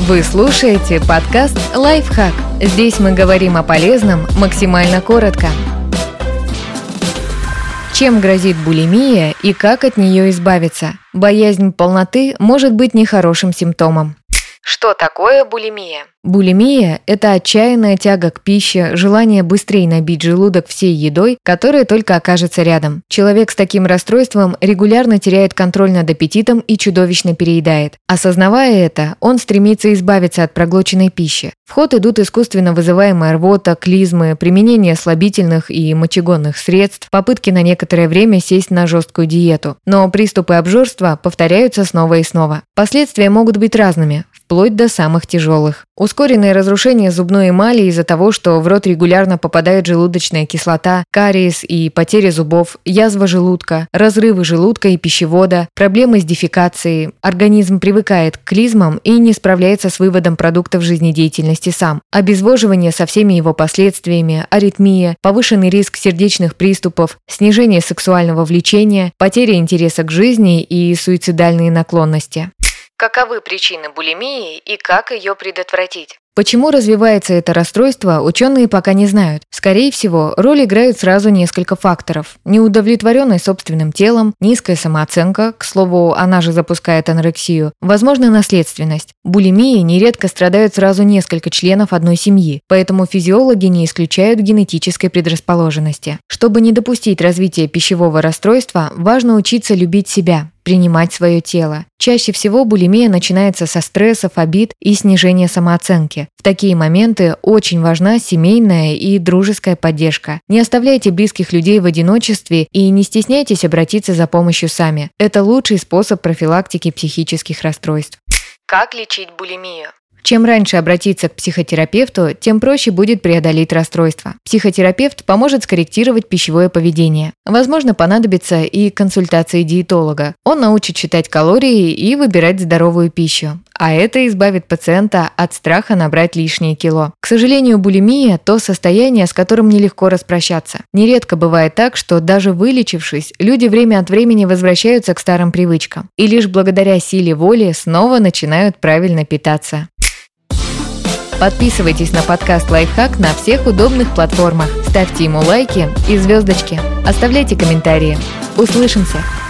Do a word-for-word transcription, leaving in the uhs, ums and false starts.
Вы слушаете подкаст «Лайфхак». Здесь мы говорим о полезном максимально коротко. Чем грозит булимия и как от нее избавиться? Боязнь полноты может быть нехорошим симптомом. Что такое булимия? Булимия – это отчаянная тяга к пище, желание быстрее набить желудок всей едой, которая только окажется рядом. Человек с таким расстройством регулярно теряет контроль над аппетитом и чудовищно переедает. Осознавая это, он стремится избавиться от проглоченной пищи. В ход идут искусственно вызываемая рвота, клизмы, применение слабительных и мочегонных средств, попытки на некоторое время сесть на жесткую диету. Но приступы обжорства повторяются снова и снова. Последствия могут быть разными, вплоть до самых тяжелых. Ускоренное разрушение зубной эмали из-за того, что в рот регулярно попадает желудочная кислота, кариес и потеря зубов, язва желудка, разрывы желудка и пищевода, проблемы с дефекацией. Организм привыкает к клизмам и не справляется с выводом продуктов жизнедеятельности сам. Обезвоживание со всеми его последствиями, аритмия, повышенный риск сердечных приступов, снижение сексуального влечения, потеря интереса к жизни и суицидальные наклонности. Каковы причины булимии и как ее предотвратить? Почему развивается это расстройство, ученые пока не знают. Скорее всего, роль играют сразу несколько факторов. Неудовлетворенность собственным телом, низкая самооценка, к слову, она же запускает анорексию, возможно, наследственность. Булимией нередко страдают сразу несколько членов одной семьи, поэтому физиологи не исключают генетической предрасположенности. Чтобы не допустить развития пищевого расстройства, важно учиться любить себя, принимать свое тело. Чаще всего булимия начинается со стрессов, обид и снижения самооценки. В такие моменты очень важна семейная и дружеская поддержка. Не оставляйте близких людей в одиночестве и не стесняйтесь обратиться за помощью сами. Это лучший способ профилактики психических расстройств. Как лечить булимию? Чем раньше обратиться к психотерапевту, тем проще будет преодолеть расстройство. Психотерапевт поможет скорректировать пищевое поведение. Возможно, понадобится и консультация диетолога. Он научит считать калории и выбирать здоровую пищу. А это избавит пациента от страха набрать лишние кило. К сожалению, булимия – то состояние, с которым нелегко распрощаться. Нередко бывает так, что даже вылечившись, люди время от времени возвращаются к старым привычкам. И лишь благодаря силе воли снова начинают правильно питаться. Подписывайтесь на подкаст «Лайфхак» на всех удобных платформах. Ставьте ему лайки и звездочки. Оставляйте комментарии. Услышимся!